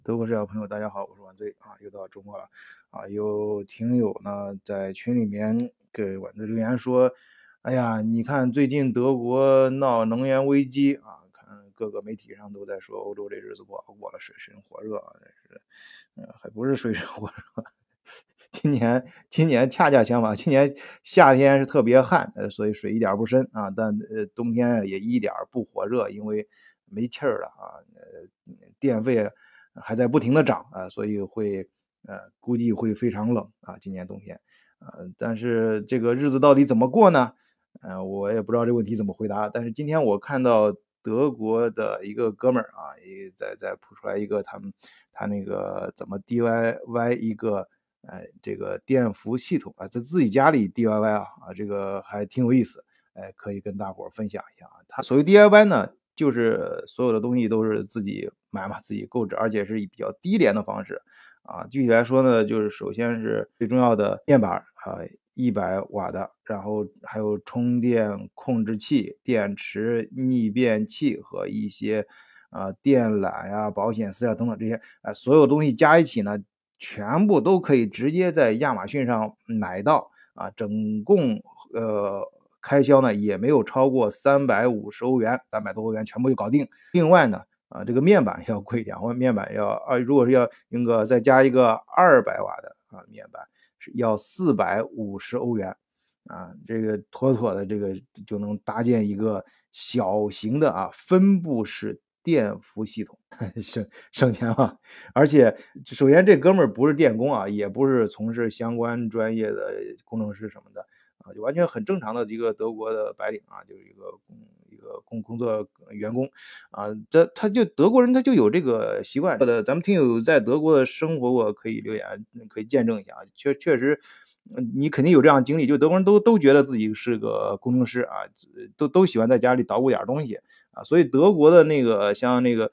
德国视角朋友，大家好，我是晚醉啊，又到周末了啊，有听友呢在群里面给晚醉留言说，哎呀，你看最近德国闹能源危机啊，看各个媒体上都在说欧洲这日子不好过了，水深火热啊，还不是水深火热。今年恰恰相反，今年夏天是特别旱，所以水一点不深啊，但冬天也一点不火热，因为没气儿了啊，电费还在不停的涨啊，所以估计会非常冷啊，今年冬天，但是这个日子到底怎么过呢？我也不知道这个问题怎么回答，但是今天我看到德国的一个哥们儿啊，也在铺出来一个他那个怎么 DIY 一个这个电服系统啊，在自己家里 DIY 这个还挺有意思，可以跟大伙儿分享一下啊。他所谓 DIY 呢，就是所有的东西都是自己买嘛，自己购置，而且是以比较低廉的方式啊。具体来说呢，就是首先是最重要的面板啊，100瓦的，然后还有充电控制器、电池、逆变器和一些电缆呀、保险丝呀等等这些所有东西加一起呢，全部都可以直接在亚马逊上买到啊，总共开销呢也没有超过350欧元，300多欧元全部就搞定。另外呢，这个面板要贵一点，我面板要如果是要用个再加一个200瓦的面板，是要450欧元啊，这个妥妥的这个就能搭建一个小型的分布式电服系统，省钱嘛。而且首先这哥们儿不是电工啊，也不是从事相关专业的工程师什么的啊，就完全很正常的一个德国的白领啊，就是一个工作员工啊，他就德国人他就有这个习惯的，咱们听友在德国的生活过，可以留言，可以见证一下，确实。你肯定有这样的经历，就德国人都觉得自己是个工程师啊，都喜欢在家里捣鼓点东西啊，所以德国的那个像那个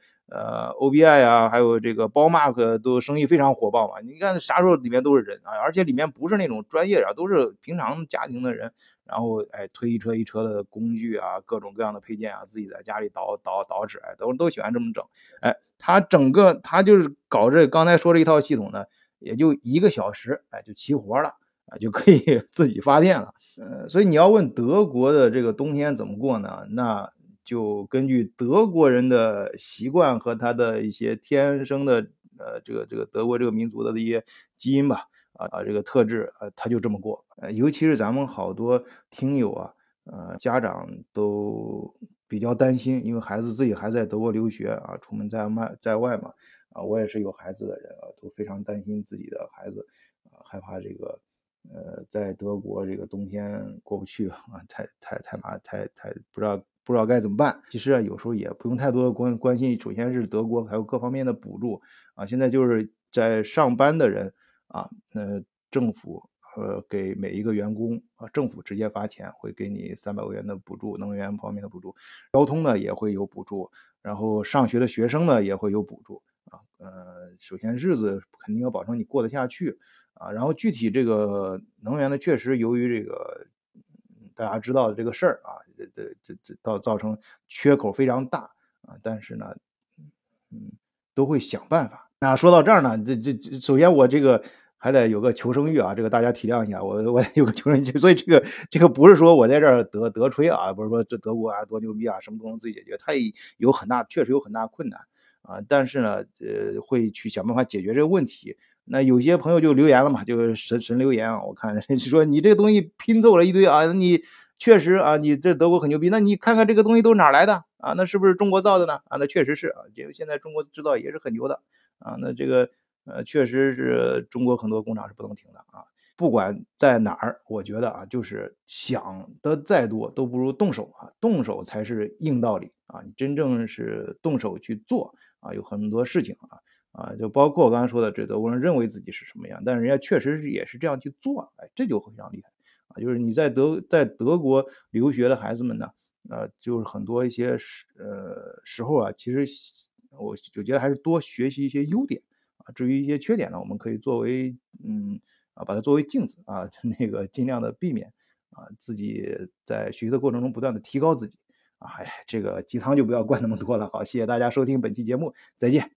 OBI 啊，还有这个包 Mark 都生意非常火爆嘛。你看啥时候里面都是人啊，而且里面不是那种专业的，都是平常家庭的人，然后推一车一车的工具啊，各种各样的配件啊，自己在家里捣饬，都喜欢这么整。他就是搞这刚才说这一套系统呢，也就1个小时，就齐活了。就可以自己发电了。所以你要问德国的这个冬天怎么过呢？那就根据德国人的习惯和他的一些天生的这个德国这个民族的一些基因吧，这个特质，他就这么过。尤其是咱们好多听友啊，家长都比较担心，因为孩子自己还在德国留学啊，出门在外嘛，我也是有孩子的人啊，都非常担心自己的孩子，害怕这个。在德国这个冬天过不去啊，太不知道该怎么办。其实有时候也不用太多的关心，首先是德国还有各方面的补助啊，现在就是在上班的人啊，政府给每一个员工政府直接发钱，会给你300欧元的补助，能源方面的补助，交通呢也会有补助，然后上学的学生呢也会有补助啊。首先日子肯定要保证你过得下去。然后具体这个能源呢，确实由于这个大家知道的这个事儿啊，造成缺口非常大啊，但是呢，都会想办法。那说到这儿呢，首先我这个还得有个求生欲啊，这个大家体谅一下，我有个求生欲，所以这个不是说我在这儿德吹啊，不是说这德国多牛逼啊，什么都能自己解决，它也确实有很大困难啊，但是呢，会去想办法解决这个问题。那有些朋友就留言了嘛，就是神留言啊，我看说你这个东西拼凑了一堆啊，你确实啊，你这德国很牛逼，那你看看这个东西都是哪儿来的啊？那是不是中国造的呢？那确实是啊，因为现在中国制造也是很牛的啊。那这个确实是中国很多工厂是不能停的啊。不管在哪儿，我觉得就是想的再多都不如动手啊，动手才是硬道理啊。你真正是动手去做啊，有很多事情就包括我刚才说的，这德国人认为自己是什么样，但是人家确实也是这样去做，这就非常厉害就是你在德国留学的孩子们呢，就是很多一些时候其实我就觉得还是多学习一些优点至于一些缺点呢，我们可以作为把它作为镜子那个尽量的避免自己在学习的过程中不断的提高自己这个鸡汤就不要灌那么多了。好，谢谢大家收听本期节目，再见。